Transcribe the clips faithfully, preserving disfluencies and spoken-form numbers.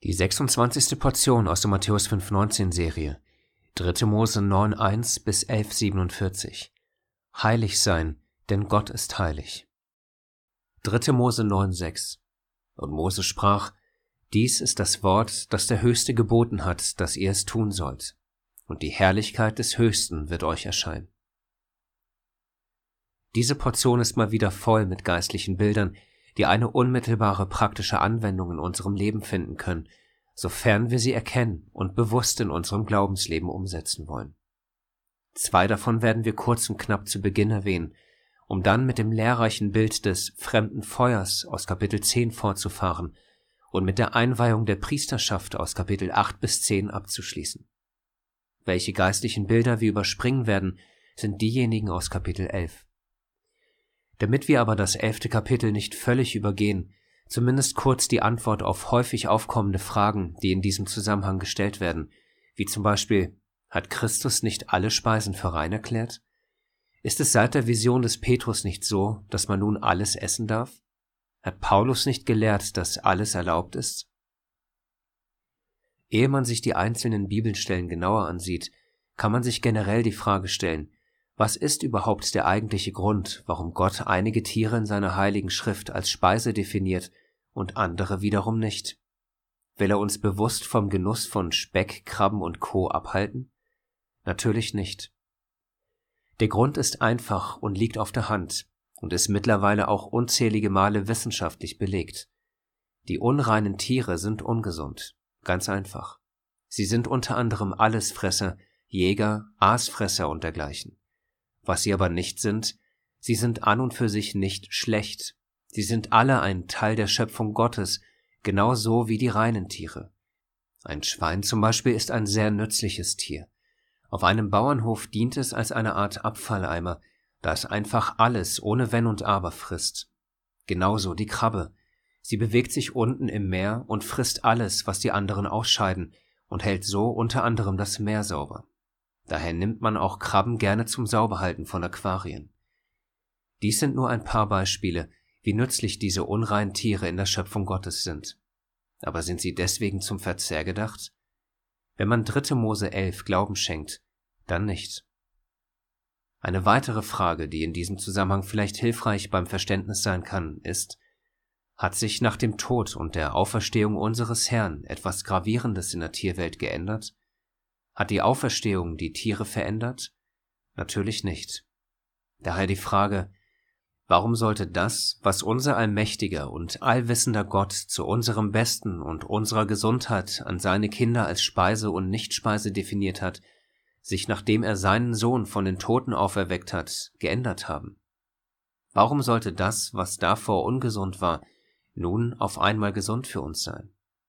Die sechsundzwanzigste Portion aus der Matthäus fünf neunzehn Serie, dritte Mose neun eins bis elf siebenundvierzig. Heilig sein, denn Gott ist heilig. dritte Mose neun sechs. Und Mose sprach: Dies ist das Wort, das der Höchste geboten hat, dass ihr es tun sollt, und die Herrlichkeit des Höchsten wird euch erscheinen. Diese Portion ist mal wieder voll mit geistlichen Bildern, die eine unmittelbare praktische Anwendung in unserem Leben finden können, sofern wir sie erkennen und bewusst in unserem Glaubensleben umsetzen wollen. Zwei davon werden wir kurz und knapp zu Beginn erwähnen, um dann mit dem lehrreichen Bild des fremden Feuers aus Kapitel zehn fortzufahren und mit der Einweihung der Priesterschaft aus Kapitel acht bis zehn abzuschließen. Welche geistlichen Bilder wir überspringen werden, sind diejenigen aus Kapitel elf. Damit wir aber das elfte Kapitel nicht völlig übergehen, zumindest kurz die Antwort auf häufig aufkommende Fragen, die in diesem Zusammenhang gestellt werden, wie zum Beispiel: Hat Christus nicht alle Speisen für rein erklärt? Ist es seit der Vision des Petrus nicht so, dass man nun alles essen darf? Hat Paulus nicht gelehrt, dass alles erlaubt ist? Ehe man sich die einzelnen Bibelstellen genauer ansieht, kann man sich generell die Frage stellen: Was ist überhaupt der eigentliche Grund, warum Gott einige Tiere in seiner heiligen Schrift als Speise definiert und andere wiederum nicht? Will er uns bewusst vom Genuss von Speck, Krabben und Co. abhalten? Natürlich nicht. Der Grund ist einfach und liegt auf der Hand und ist mittlerweile auch unzählige Male wissenschaftlich belegt. Die unreinen Tiere sind ungesund, ganz einfach. Sie sind unter anderem Allesfresser, Jäger, Aasfresser und dergleichen. Was sie aber nicht sind, sie sind an und für sich nicht schlecht. Sie sind alle ein Teil der Schöpfung Gottes, genauso wie die reinen Tiere. Ein Schwein zum Beispiel ist ein sehr nützliches Tier. Auf einem Bauernhof dient es als eine Art Abfalleimer, da es einfach alles ohne Wenn und Aber frisst. Genauso die Krabbe. Sie bewegt sich unten im Meer und frisst alles, was die anderen ausscheiden, und hält so unter anderem das Meer sauber. Daher nimmt man auch Krabben gerne zum Sauberhalten von Aquarien. Dies sind nur ein paar Beispiele, wie nützlich diese unreinen Tiere in der Schöpfung Gottes sind. Aber sind sie deswegen zum Verzehr gedacht? Wenn man dritte Mose elf Glauben schenkt, dann nicht. Eine weitere Frage, die in diesem Zusammenhang vielleicht hilfreich beim Verständnis sein kann, ist: Hat sich nach dem Tod und der Auferstehung unseres Herrn etwas Gravierendes in der Tierwelt geändert? Hat die Auferstehung die Tiere verändert? Natürlich nicht. Daher die Frage: Warum sollte das, was unser allmächtiger und allwissender Gott zu unserem Besten und unserer Gesundheit an seine Kinder als Speise und Nichtspeise definiert hat, sich, nachdem er seinen Sohn von den Toten auferweckt hat, geändert haben? Warum sollte das, was davor ungesund war, nun auf einmal gesund für uns sein?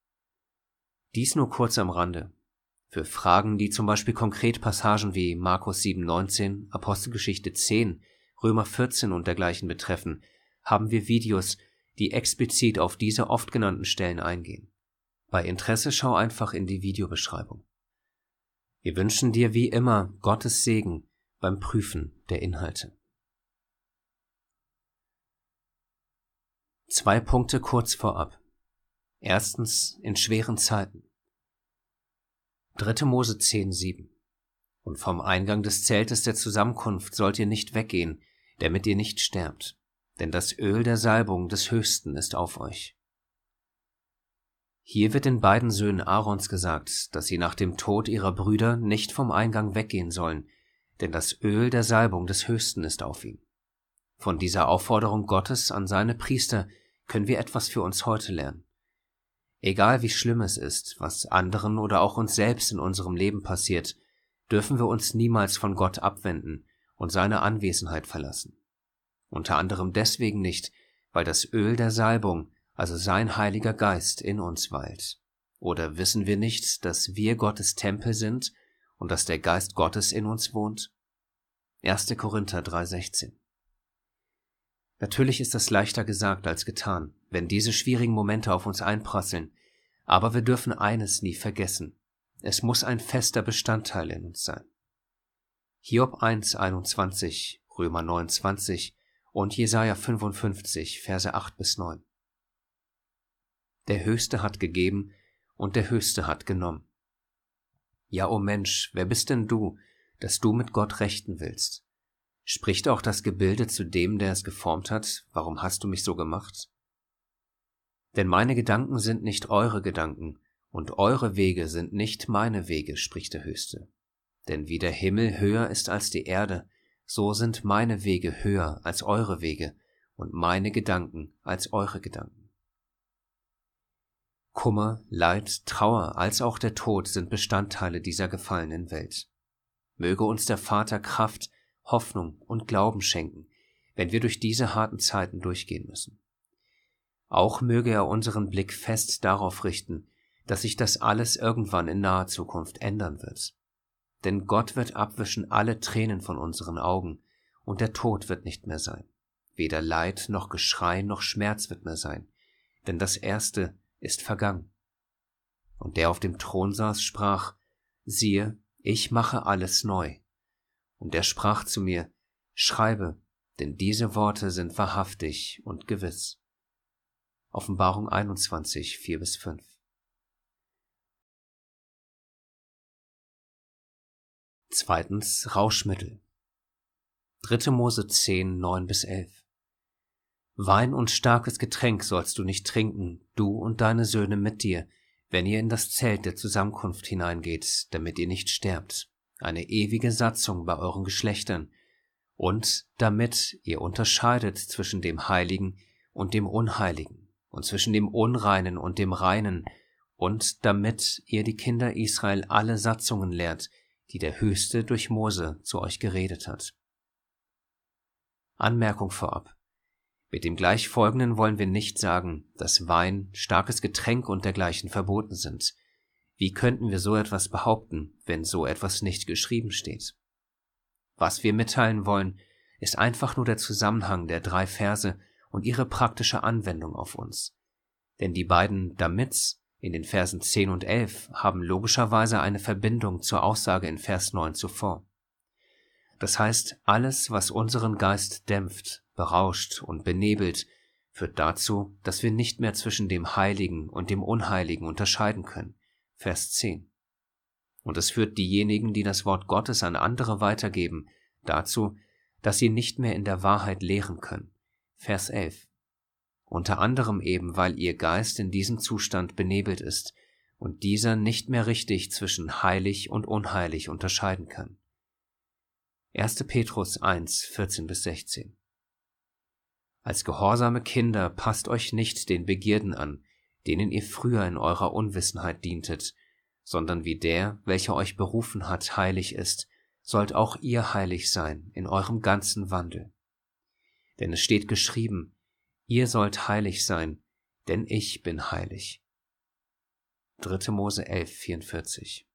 Dies nur kurz am Rande. Für Fragen, die zum Beispiel konkret Passagen wie Markus sieben neunzehn, Apostelgeschichte zehn, Römer vierzehn und dergleichen betreffen, haben wir Videos, die explizit auf diese oft genannten Stellen eingehen. Bei Interesse schau einfach in die Videobeschreibung. Wir wünschen dir wie immer Gottes Segen beim Prüfen der Inhalte. Zwei Punkte kurz vorab. Erstens, in schweren Zeiten. dritte Mose zehn sieben. Und vom Eingang des Zeltes der Zusammenkunft sollt ihr nicht weggehen, damit ihr nicht sterbt, denn das Öl der Salbung des Höchsten ist auf euch. Hier wird den beiden Söhnen Aarons gesagt, dass sie nach dem Tod ihrer Brüder nicht vom Eingang weggehen sollen, denn das Öl der Salbung des Höchsten ist auf ihn. Von dieser Aufforderung Gottes an seine Priester können wir etwas für uns heute lernen. Egal wie schlimm es ist, was anderen oder auch uns selbst in unserem Leben passiert, dürfen wir uns niemals von Gott abwenden und seine Anwesenheit verlassen. Unter anderem deswegen nicht, weil das Öl der Salbung, also sein Heiliger Geist, in uns weilt. Oder wissen wir nicht, dass wir Gottes Tempel sind und dass der Geist Gottes in uns wohnt? erster Korinther drei sechzehn. Natürlich ist das leichter gesagt als getan, wenn diese schwierigen Momente auf uns einprasseln, aber wir dürfen eines nie vergessen: Es muss ein fester Bestandteil in uns sein. Hiob eins einundzwanzig, Römer neunundzwanzig und Jesaja fünfundfünfzig, Verse acht bis neun. Der Höchste hat gegeben, und der Höchste hat genommen. Ja, o Mensch, wer bist denn du, dass du mit Gott rechten willst? Spricht auch das Gebilde zu dem, der es geformt hat, warum hast du mich so gemacht? Denn meine Gedanken sind nicht eure Gedanken, und eure Wege sind nicht meine Wege, spricht der Höchste. Denn wie der Himmel höher ist als die Erde, so sind meine Wege höher als eure Wege und meine Gedanken als eure Gedanken. Kummer, Leid, Trauer als auch der Tod sind Bestandteile dieser gefallenen Welt. Möge uns der Vater Kraft, Hoffnung und Glauben schenken, wenn wir durch diese harten Zeiten durchgehen müssen. Auch möge er unseren Blick fest darauf richten, dass sich das alles irgendwann in naher Zukunft ändern wird. Denn Gott wird abwischen alle Tränen von unseren Augen, und der Tod wird nicht mehr sein. Weder Leid noch Geschrei noch Schmerz wird mehr sein, denn das Erste ist vergangen. Und der auf dem Thron saß, sprach, siehe, ich mache alles neu. Und er sprach zu mir, schreibe, denn diese Worte sind wahrhaftig und gewiss. Offenbarung einundzwanzig, vier bis fünf. Zweitens Rauschmittel. dritte Mose zehn, neun bis elf. Wein und starkes Getränk sollst du nicht trinken, du und deine Söhne mit dir, wenn ihr in das Zelt der Zusammenkunft hineingeht, damit ihr nicht sterbt, eine ewige Satzung bei euren Geschlechtern, und damit ihr unterscheidet zwischen dem Heiligen und dem Unheiligen, und zwischen dem Unreinen und dem Reinen, und damit ihr die Kinder Israel alle Satzungen lehrt, die der Höchste durch Mose zu euch geredet hat. Anmerkung vorab. Mit dem Gleichfolgenden wollen wir nicht sagen, dass Wein, starkes Getränk und dergleichen verboten sind. Wie könnten wir so etwas behaupten, wenn so etwas nicht geschrieben steht? Was wir mitteilen wollen, ist einfach nur der Zusammenhang der drei Verse und ihre praktische Anwendung auf uns. Denn die beiden Damits in den Versen zehn und elf haben logischerweise eine Verbindung zur Aussage in Vers neun zuvor. Das heißt, alles, was unseren Geist dämpft, berauscht und benebelt, führt dazu, dass wir nicht mehr zwischen dem Heiligen und dem Unheiligen unterscheiden können. Vers zehn. Und es führt diejenigen, die das Wort Gottes an andere weitergeben, dazu, dass sie nicht mehr in der Wahrheit lehren können. Vers elf. Unter anderem eben, weil ihr Geist in diesem Zustand benebelt ist und dieser nicht mehr richtig zwischen heilig und unheilig unterscheiden kann. erster Petrus eins, vierzehn bis sechzehn. Als gehorsame Kinder passt euch nicht den Begierden an, denen ihr früher in eurer Unwissenheit dientet, sondern wie der, welcher euch berufen hat, heilig ist, sollt auch ihr heilig sein in eurem ganzen Wandel. Denn es steht geschrieben, ihr sollt heilig sein, denn ich bin heilig. dritte Mose elf, vierundvierzig.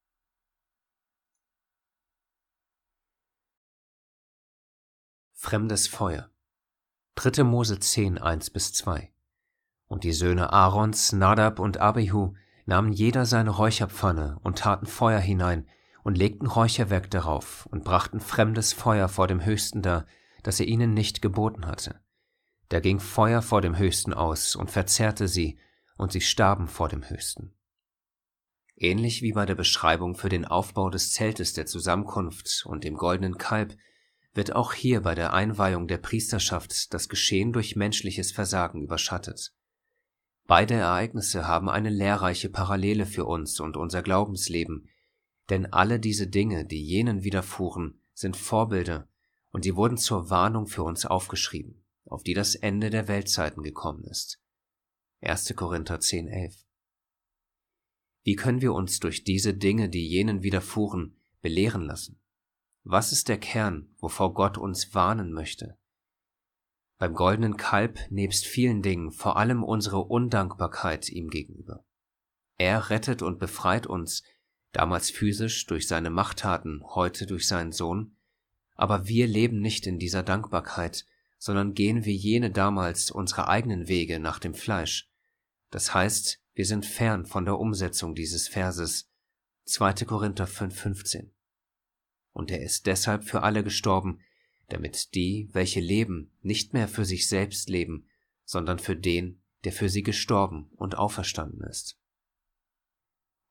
Fremdes Feuer. dritte Mose zehn, eins bis zwei. Und die Söhne Aarons, Nadab und Abihu, nahmen jeder seine Räucherpfanne und taten Feuer hinein und legten Räucherwerk darauf und brachten fremdes Feuer vor dem Höchsten dar, das er ihnen nicht geboten hatte. Da ging Feuer vor dem Höchsten aus und verzehrte sie, und sie starben vor dem Höchsten. Ähnlich wie bei der Beschreibung für den Aufbau des Zeltes der Zusammenkunft und dem goldenen Kalb, wird auch hier bei der Einweihung der Priesterschaft das Geschehen durch menschliches Versagen überschattet. Beide Ereignisse haben eine lehrreiche Parallele für uns und unser Glaubensleben, denn alle diese Dinge, die jenen widerfuhren, sind Vorbilder, und sie wurden zur Warnung für uns aufgeschrieben, auf die das Ende der Weltzeiten gekommen ist. erster Korinther zehn, elf. Wie können wir uns durch diese Dinge, die jenen widerfuhren, belehren lassen? Was ist der Kern, wovor Gott uns warnen möchte? Beim goldenen Kalb nebst vielen Dingen vor allem unsere Undankbarkeit ihm gegenüber. Er rettet und befreit uns, damals physisch durch seine Machttaten, heute durch seinen Sohn, aber wir leben nicht in dieser Dankbarkeit, sondern gehen wie jene damals unsere eigenen Wege nach dem Fleisch. Das heißt, wir sind fern von der Umsetzung dieses Verses, zweiter Korinther fünf, fünfzehn. Und er ist deshalb für alle gestorben, damit die, welche leben, nicht mehr für sich selbst leben, sondern für den, der für sie gestorben und auferstanden ist.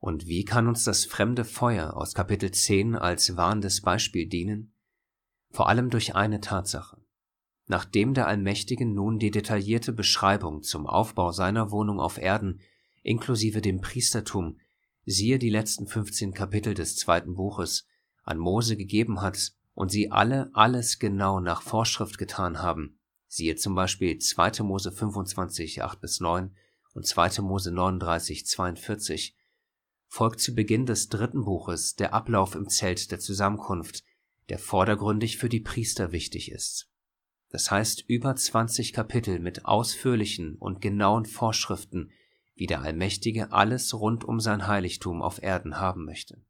Und wie kann uns das fremde Feuer aus Kapitel zehn als warnendes Beispiel dienen? Vor allem durch eine Tatsache. Nachdem der Allmächtige nun die detaillierte Beschreibung zum Aufbau seiner Wohnung auf Erden inklusive dem Priestertum, siehe die letzten fünfzehn Kapitel des zweiten Buches, an Mose gegeben hat und sie alle alles genau nach Vorschrift getan haben, siehe zum Beispiel zweiter Mose fünfundzwanzig, acht bis neun und zweiter Mose neununddreißig, zweiundvierzig, folgt zu Beginn des dritten Buches der Ablauf im Zelt der Zusammenkunft, der vordergründig für die Priester wichtig ist. Das heißt über zwanzig Kapitel mit ausführlichen und genauen Vorschriften, wie der Allmächtige alles rund um sein Heiligtum auf Erden haben möchte.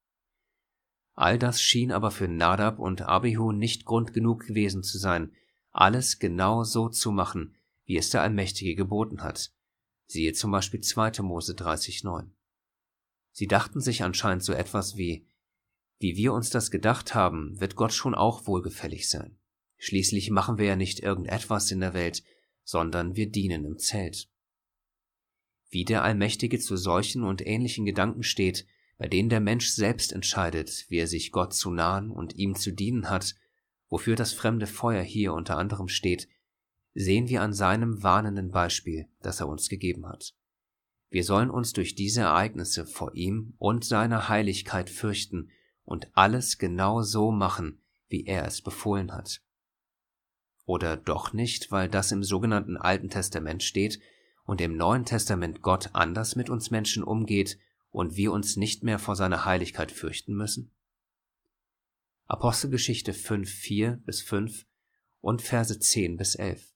All das schien aber für Nadab und Abihu nicht Grund genug gewesen zu sein, alles genau so zu machen, wie es der Allmächtige geboten hat. Siehe zum Beispiel zweiter Mose dreißig, neun. Sie dachten sich anscheinend so etwas wie, wie wir uns das gedacht haben, wird Gott schon auch wohlgefällig sein. Schließlich machen wir ja nicht irgendetwas in der Welt, sondern wir dienen im Zelt. Wie der Allmächtige zu solchen und ähnlichen Gedanken steht, bei denen der Mensch selbst entscheidet, wie er sich Gott zu nahen und ihm zu dienen hat, wofür das fremde Feuer hier unter anderem steht, sehen wir an seinem warnenden Beispiel, das er uns gegeben hat. Wir sollen uns durch diese Ereignisse vor ihm und seiner Heiligkeit fürchten und alles genau so machen, wie er es befohlen hat. Oder doch nicht, weil das im sogenannten Alten Testament steht und im Neuen Testament Gott anders mit uns Menschen umgeht und wir uns nicht mehr vor seiner Heiligkeit fürchten müssen? Apostelgeschichte fünf, vier bis fünf und Verse zehn bis elf.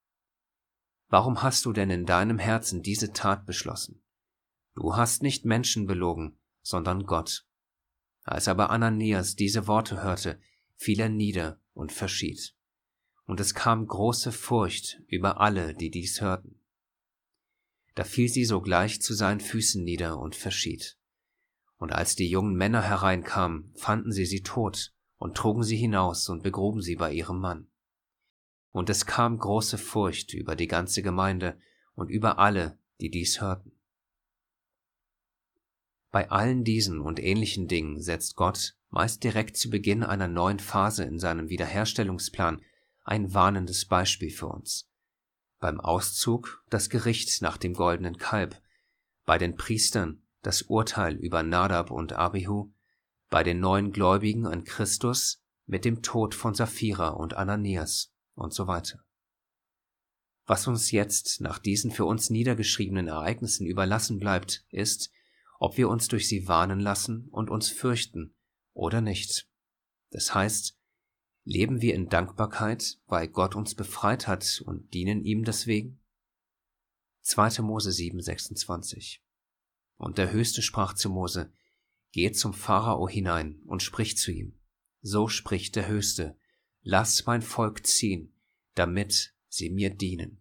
Warum hast du denn in deinem Herzen diese Tat beschlossen? Du hast nicht Menschen belogen, sondern Gott. Als aber Ananias diese Worte hörte, fiel er nieder und verschied. Und es kam große Furcht über alle, die dies hörten. Da fiel sie sogleich zu seinen Füßen nieder und verschied. Und als die jungen Männer hereinkamen, fanden sie sie tot und trugen sie hinaus und begruben sie bei ihrem Mann. Und es kam große Furcht über die ganze Gemeinde und über alle, die dies hörten. Bei allen diesen und ähnlichen Dingen setzt Gott, meist direkt zu Beginn einer neuen Phase in seinem Wiederherstellungsplan, ein warnendes Beispiel für uns. Beim Auszug das Gericht nach dem goldenen Kalb, bei den Priestern das Urteil über Nadab und Abihu, bei den neuen Gläubigen an Christus mit dem Tod von Sapphira und Ananias und so weiter. Was uns jetzt nach diesen für uns niedergeschriebenen Ereignissen überlassen bleibt, ist, ob wir uns durch sie warnen lassen und uns fürchten oder nicht. Das heißt, leben wir in Dankbarkeit, weil Gott uns befreit hat und dienen ihm deswegen? zweiter Mose sieben, sechsundzwanzig. Und der Höchste sprach zu Mose, geh zum Pharao hinein und sprich zu ihm. So spricht der Höchste, lass mein Volk ziehen, damit sie mir dienen.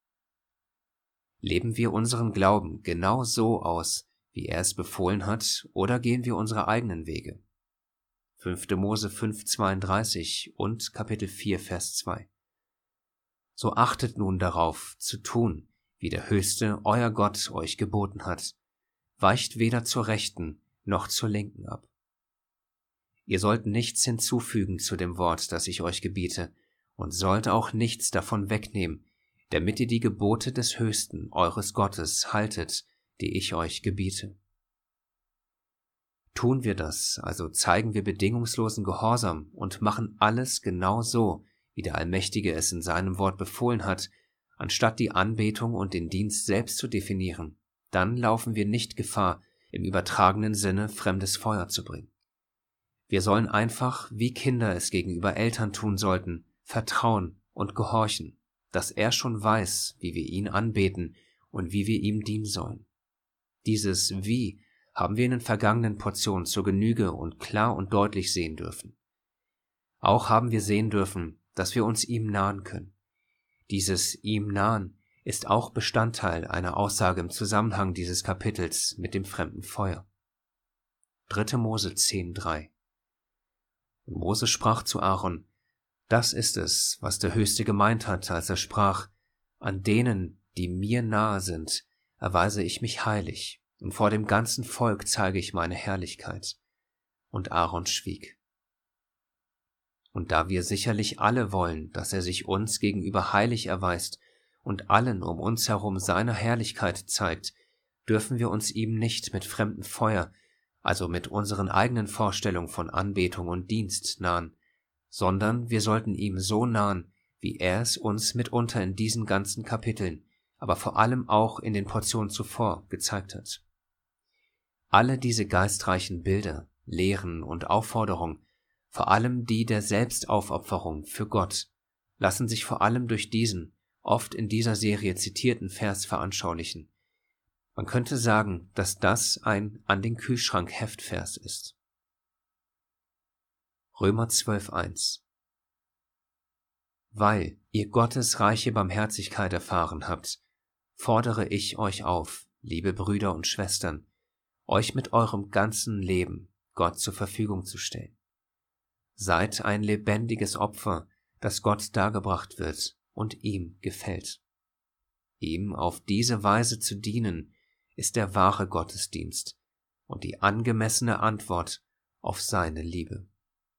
Leben wir unseren Glauben genau so aus, wie er es befohlen hat, oder gehen wir unsere eigenen Wege? fünfter Mose fünf, zweiunddreißig und Kapitel vier, Vers zwei. So achtet nun darauf, zu tun, wie der Höchste, euer Gott, euch geboten hat. Weicht weder zur Rechten noch zur Linken ab. Ihr sollt nichts hinzufügen zu dem Wort, das ich euch gebiete, und sollt auch nichts davon wegnehmen, damit ihr die Gebote des Höchsten, eures Gottes, haltet, die ich euch gebiete. Tun wir das, also zeigen wir bedingungslosen Gehorsam und machen alles genau so, wie der Allmächtige es in seinem Wort befohlen hat, anstatt die Anbetung und den Dienst selbst zu definieren, dann laufen wir nicht Gefahr, im übertragenen Sinne fremdes Feuer zu bringen. Wir sollen einfach, wie Kinder es gegenüber Eltern tun sollten, vertrauen und gehorchen, dass er schon weiß, wie wir ihn anbeten und wie wir ihm dienen sollen. Dieses Wie haben wir in den vergangenen Portionen zur Genüge und klar und deutlich sehen dürfen. Auch haben wir sehen dürfen, dass wir uns ihm nahen können. Dieses ihm nahen ist auch Bestandteil einer Aussage im Zusammenhang dieses Kapitels mit dem fremden Feuer. dritter Mose zehn, drei. Und Mose sprach zu Aaron, das ist es, was der Höchste gemeint hat, als er sprach, an denen, die mir nahe sind, erweise ich mich heilig, und vor dem ganzen Volk zeige ich meine Herrlichkeit. Und Aaron schwieg. Und da wir sicherlich alle wollen, dass er sich uns gegenüber heilig erweist und allen um uns herum seine Herrlichkeit zeigt, dürfen wir uns ihm nicht mit fremdem Feuer, also mit unseren eigenen Vorstellungen von Anbetung und Dienst nahen, sondern wir sollten ihm so nahen, wie er es uns mitunter in diesen ganzen Kapiteln, aber vor allem auch in den Portionen zuvor gezeigt hat. Alle diese geistreichen Bilder, Lehren und Aufforderungen, vor allem die der Selbstaufopferung für Gott, lassen sich vor allem durch diesen, oft in dieser Serie zitierten Vers veranschaulichen. Man könnte sagen, dass das ein an den Kühlschrank Heftvers ist. Römer zwölf eins. Weil ihr Gottes reiche Barmherzigkeit erfahren habt, fordere ich euch auf, liebe Brüder und Schwestern, euch mit eurem ganzen Leben Gott zur Verfügung zu stellen. Seid ein lebendiges Opfer, das Gott dargebracht wird und ihm gefällt. Ihm auf diese Weise zu dienen, ist der wahre Gottesdienst und die angemessene Antwort auf seine Liebe.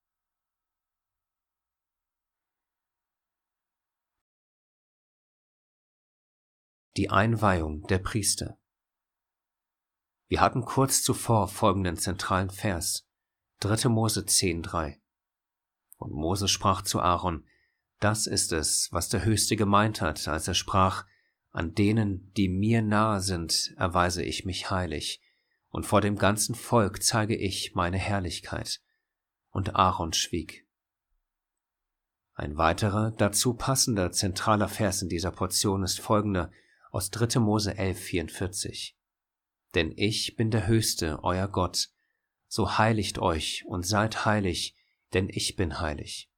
Die Einweihung der Priester. Wir hatten kurz zuvor folgenden zentralen Vers, dritte Mose zehn drei. Und Mose sprach zu Aaron, das ist es, was der Höchste gemeint hat, als er sprach, an denen, die mir nahe sind, erweise ich mich heilig, und vor dem ganzen Volk zeige ich meine Herrlichkeit. Und Aaron schwieg. Ein weiterer, dazu passender zentraler Vers in dieser Portion ist folgender aus dritte Mose elf vierundvierzig. Denn ich bin der Höchste, euer Gott, so heiligt euch und seid heilig, denn ich bin heilig.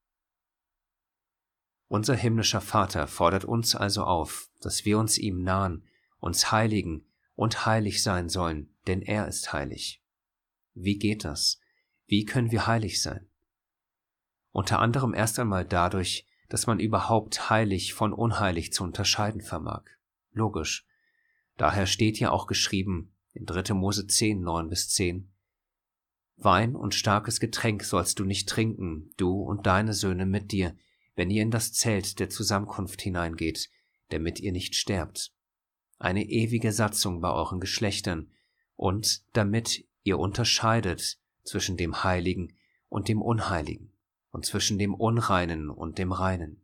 Unser himmlischer Vater fordert uns also auf, dass wir uns ihm nahen, uns heiligen und heilig sein sollen, denn er ist heilig. Wie geht das? Wie können wir heilig sein? Unter anderem erst einmal dadurch, dass man überhaupt heilig von unheilig zu unterscheiden vermag. Logisch. Daher steht ja auch geschrieben in dritte Mose zehn neun bis zehn, Wein und starkes Getränk sollst du nicht trinken, du und deine Söhne mit dir, wenn ihr in das Zelt der Zusammenkunft hineingeht, damit ihr nicht sterbt. Eine ewige Satzung bei euren Geschlechtern und damit ihr unterscheidet zwischen dem Heiligen und dem Unheiligen und zwischen dem Unreinen und dem Reinen.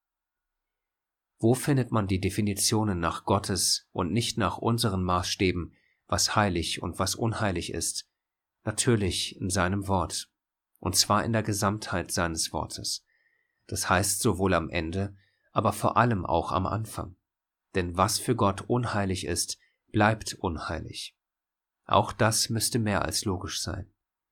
Wo findet man die Definitionen nach Gottes und nicht nach unseren Maßstäben, was heilig und was unheilig ist? Natürlich in seinem Wort, und zwar in der Gesamtheit seines Wortes. Das heißt sowohl am Ende, aber vor allem auch am Anfang. Denn was für Gott unheilig ist, bleibt unheilig. Auch das müsste mehr als logisch sein.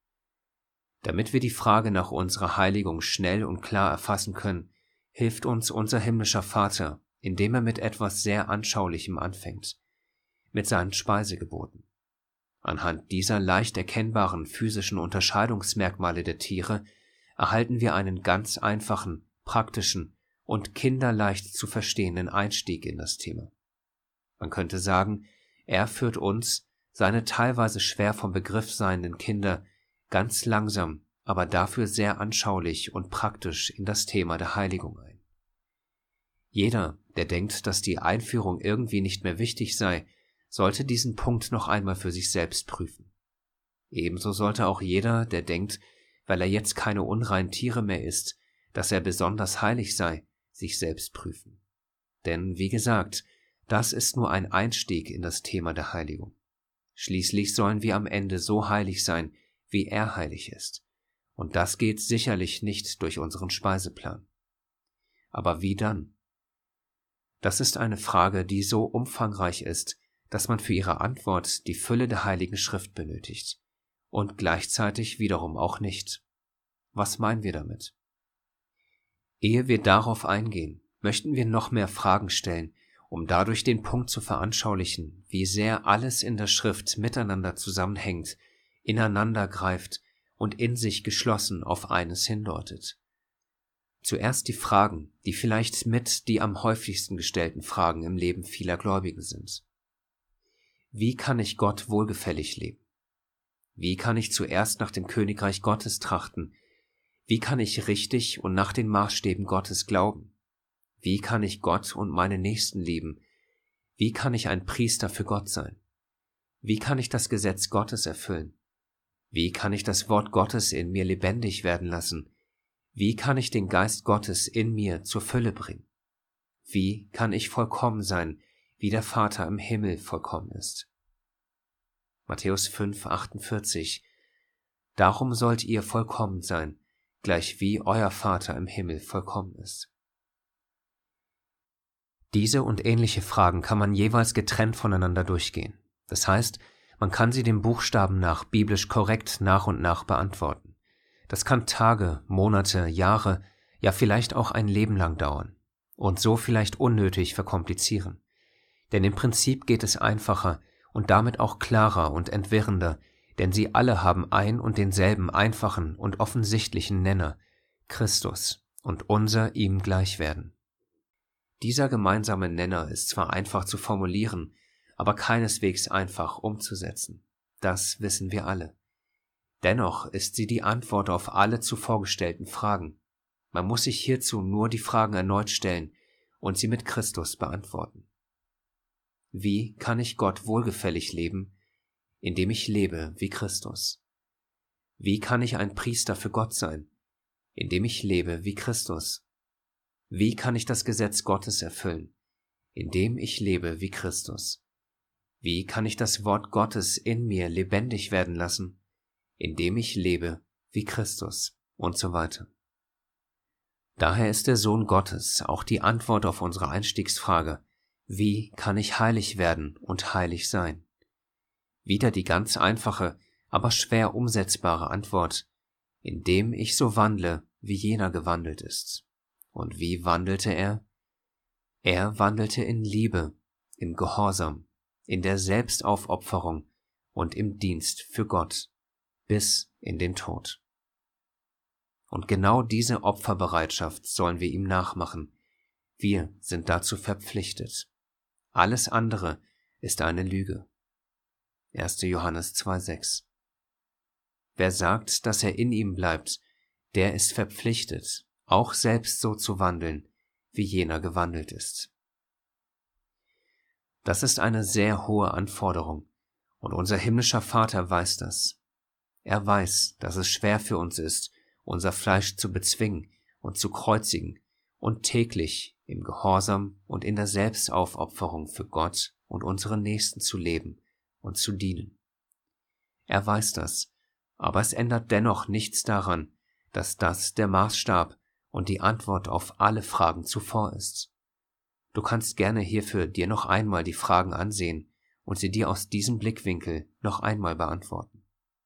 Damit wir die Frage nach unserer Heiligung schnell und klar erfassen können, hilft uns unser himmlischer Vater, indem er mit etwas sehr Anschaulichem anfängt, mit seinen Speisegeboten. Anhand dieser leicht erkennbaren physischen Unterscheidungsmerkmale der Tiere erhalten wir einen ganz einfachen, praktischen und kinderleicht zu verstehenden Einstieg in das Thema. Man könnte sagen, er führt uns, seine teilweise schwer vom Begriff seienden Kinder, ganz langsam, aber dafür sehr anschaulich und praktisch in das Thema der Heiligung ein. Jeder, der denkt, dass die Einführung irgendwie nicht mehr wichtig sei, sollte diesen Punkt noch einmal für sich selbst prüfen. Ebenso sollte auch jeder, der denkt, weil er jetzt keine unreinen Tiere mehr isst, dass er besonders heilig sei, sich selbst prüfen. Denn, wie gesagt, das ist nur ein Einstieg in das Thema der Heiligung. Schließlich sollen wir am Ende so heilig sein, wie er heilig ist. Und das geht sicherlich nicht durch unseren Speiseplan. Aber wie dann? Das ist eine Frage, die so umfangreich ist, dass man für ihre Antwort die Fülle der Heiligen Schrift benötigt. Und gleichzeitig wiederum auch nicht. Was meinen wir damit? Ehe wir darauf eingehen, möchten wir noch mehr Fragen stellen, um dadurch den Punkt zu veranschaulichen, wie sehr alles in der Schrift miteinander zusammenhängt, ineinander greift und in sich geschlossen auf eines hindeutet. Zuerst die Fragen, die vielleicht mit die am häufigsten gestellten Fragen im Leben vieler Gläubigen sind. Wie kann ich Gott wohlgefällig leben? Wie kann ich zuerst nach dem Königreich Gottes trachten? Wie kann ich richtig und nach den Maßstäben Gottes glauben? Wie kann ich Gott und meine Nächsten lieben? Wie kann ich ein Priester für Gott sein? Wie kann ich das Gesetz Gottes erfüllen? Wie kann ich das Wort Gottes in mir lebendig werden lassen? Wie kann ich den Geist Gottes in mir zur Fülle bringen? Wie kann ich vollkommen sein, wie der Vater im Himmel vollkommen ist? Matthäus fünf, achtundvierzig. Darum sollt ihr vollkommen sein, gleich wie euer Vater im Himmel vollkommen ist. Diese und ähnliche Fragen kann man jeweils getrennt voneinander durchgehen. Das heißt, man kann sie dem Buchstaben nach biblisch korrekt nach und nach beantworten. Das kann Tage, Monate, Jahre, ja vielleicht auch ein Leben lang dauern und so vielleicht unnötig verkomplizieren. Denn im Prinzip geht es einfacher und damit auch klarer und entwirrender, denn sie alle haben ein und denselben einfachen und offensichtlichen Nenner, Christus, und unser ihm gleich werden. Dieser gemeinsame Nenner ist zwar einfach zu formulieren, aber keineswegs einfach umzusetzen. Das wissen wir alle. Dennoch ist sie die Antwort auf alle zuvor gestellten Fragen. Man muss sich hierzu nur die Fragen erneut stellen und sie mit Christus beantworten. Wie kann ich Gott wohlgefällig leben, indem ich lebe wie Christus? Wie kann ich ein Priester für Gott sein, indem ich lebe wie Christus? Wie kann ich das Gesetz Gottes erfüllen, indem ich lebe wie Christus? Wie kann ich das Wort Gottes in mir lebendig werden lassen, indem ich lebe wie Christus und so weiter? Daher ist der Sohn Gottes auch die Antwort auf unsere Einstiegsfrage, wie kann ich heilig werden und heilig sein? Wieder die ganz einfache, aber schwer umsetzbare Antwort, indem ich so wandle, wie jener gewandelt ist. Und wie wandelte er? Er wandelte in Liebe, im Gehorsam, in der Selbstaufopferung und im Dienst für Gott, bis in den Tod. Und genau diese Opferbereitschaft sollen wir ihm nachmachen. Wir sind dazu verpflichtet. Alles andere ist eine Lüge. erster Johannes zwei, sechs. Wer sagt, dass er in ihm bleibt, der ist verpflichtet, auch selbst so zu wandeln, wie jener gewandelt ist. Das ist eine sehr hohe Anforderung, und unser himmlischer Vater weiß das. Er weiß, dass es schwer für uns ist, unser Fleisch zu bezwingen und zu kreuzigen und täglich im Gehorsam und in der Selbstaufopferung für Gott und unsere Nächsten zu leben und zu dienen. Er weiß das, aber es ändert dennoch nichts daran, dass das der Maßstab und die Antwort auf alle Fragen zuvor ist. Du kannst gerne hierfür dir noch einmal die Fragen ansehen und sie dir aus diesem Blickwinkel noch einmal beantworten.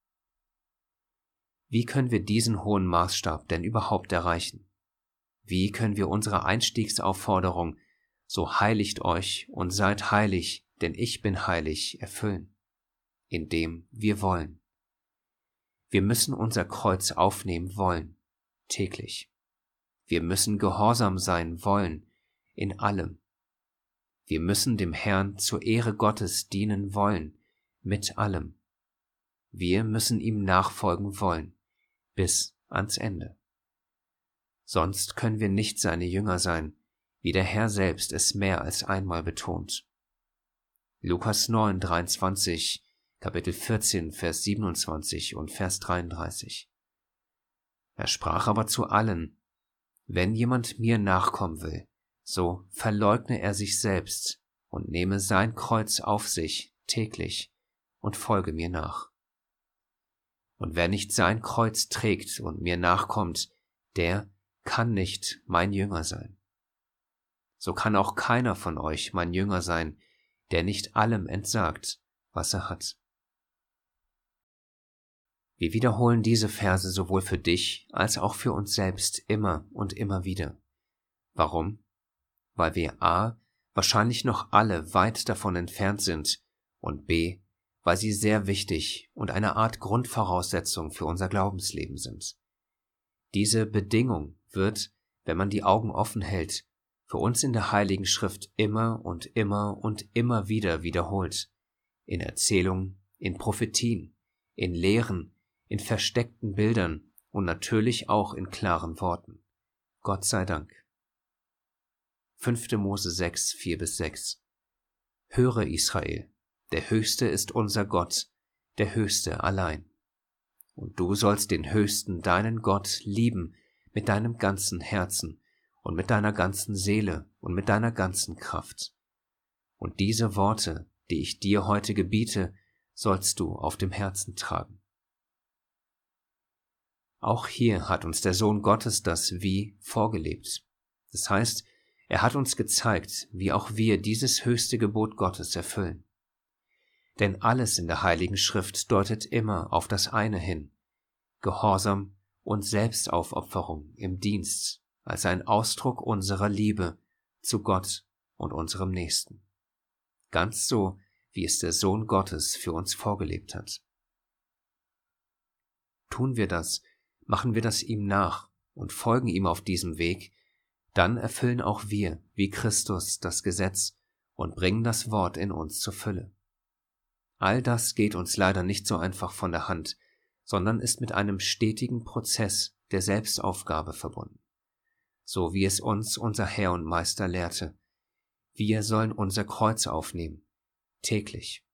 Wie können wir diesen hohen Maßstab denn überhaupt erreichen? Wie können wir unsere Einstiegsaufforderung, so heiligt euch und seid heilig, denn ich bin heilig, erfüllen? Indem wir wollen. Wir müssen unser Kreuz aufnehmen wollen, täglich. Wir müssen gehorsam sein wollen, in allem. Wir müssen dem Herrn zur Ehre Gottes dienen wollen, mit allem. Wir müssen ihm nachfolgen wollen, bis ans Ende. Sonst können wir nicht seine Jünger sein, wie der Herr selbst es mehr als einmal betont. Lukas neun, dreiundzwanzig, Kapitel vierzehn, Vers siebenundzwanzig und Vers dreiunddreißig. Er sprach aber zu allen: Wenn jemand mir nachkommen will, so verleugne er sich selbst und nehme sein Kreuz auf sich täglich und folge mir nach. Und wer nicht sein Kreuz trägt und mir nachkommt, der kann nicht mein Jünger sein. So kann auch keiner von euch mein Jünger sein, der nicht allem entsagt, was er hat. Wir wiederholen diese Verse sowohl für dich als auch für uns selbst immer und immer wieder. Warum? Weil wir a. wahrscheinlich noch alle weit davon entfernt sind und b. weil sie sehr wichtig und eine Art Grundvoraussetzung für unser Glaubensleben sind. Diese Bedingung wird, wenn man die Augen offen hält, für uns in der Heiligen Schrift immer und immer und immer wieder wiederholt. in Erzählungen, in Prophetien, in Lehren, in versteckten Bildern und natürlich auch in klaren Worten. Gott sei Dank. fünfte Mose sechs, vier bis sechs. Höre, Israel, der Höchste ist unser Gott, der Höchste allein. Und du sollst den Höchsten, deinen Gott, lieben mit deinem ganzen Herzen und mit deiner ganzen Seele und mit deiner ganzen Kraft. Und diese Worte, die ich dir heute gebiete, sollst du auf dem Herzen tragen. Auch hier hat uns der Sohn Gottes das Wie vorgelebt. Das heißt, er hat uns gezeigt, wie auch wir dieses höchste Gebot Gottes erfüllen. Denn alles in der Heiligen Schrift deutet immer auf das eine hin: Gehorsam und Selbstaufopferung im Dienst als ein Ausdruck unserer Liebe zu Gott und unserem Nächsten. Ganz so, wie es der Sohn Gottes für uns vorgelebt hat. Tun wir das, machen wir das ihm nach und folgen ihm auf diesem Weg, dann erfüllen auch wir, wie Christus, das Gesetz und bringen das Wort in uns zur Fülle. All das geht uns leider nicht so einfach von der Hand, sondern ist mit einem stetigen Prozess der Selbstaufgabe verbunden. So wie es uns unser Herr und Meister lehrte: Wir sollen unser Kreuz aufnehmen, täglich.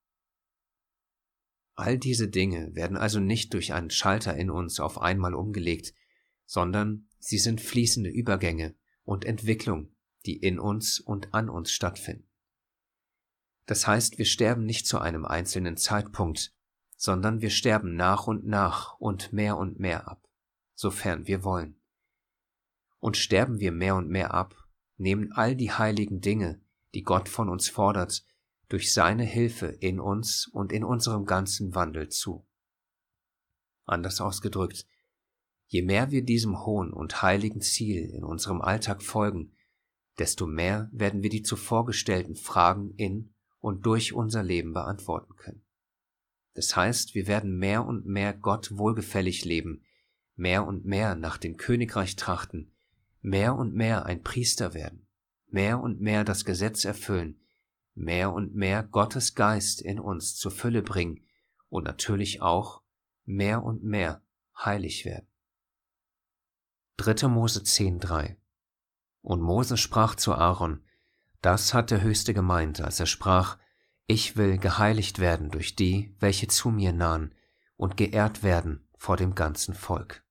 All diese Dinge werden also nicht durch einen Schalter in uns auf einmal umgelegt, sondern sie sind fließende Übergänge und Entwicklung, die in uns und an uns stattfinden. Das heißt, wir sterben nicht zu einem einzelnen Zeitpunkt, sondern wir sterben nach und nach und mehr und mehr ab, sofern wir wollen. Und sterben wir mehr und mehr ab, nehmen all die heiligen Dinge, die Gott von uns fordert, durch seine Hilfe in uns und in unserem ganzen Wandel zu. Anders ausgedrückt, je mehr wir diesem hohen und heiligen Ziel in unserem Alltag folgen, desto mehr werden wir die zuvor gestellten Fragen in und durch unser Leben beantworten können. Das heißt, wir werden mehr und mehr Gott wohlgefällig leben, mehr und mehr nach dem Königreich trachten, mehr und mehr ein Priester werden, mehr und mehr das Gesetz erfüllen, mehr und mehr Gottes Geist in uns zur Fülle bringen und natürlich auch mehr und mehr heilig werden. dritte Mose zehn, drei. Und Mose sprach zu Aaron: Das hat der Höchste gemeint, als er sprach: Ich will geheiligt werden durch die, welche zu mir nahen, und geehrt werden vor dem ganzen Volk.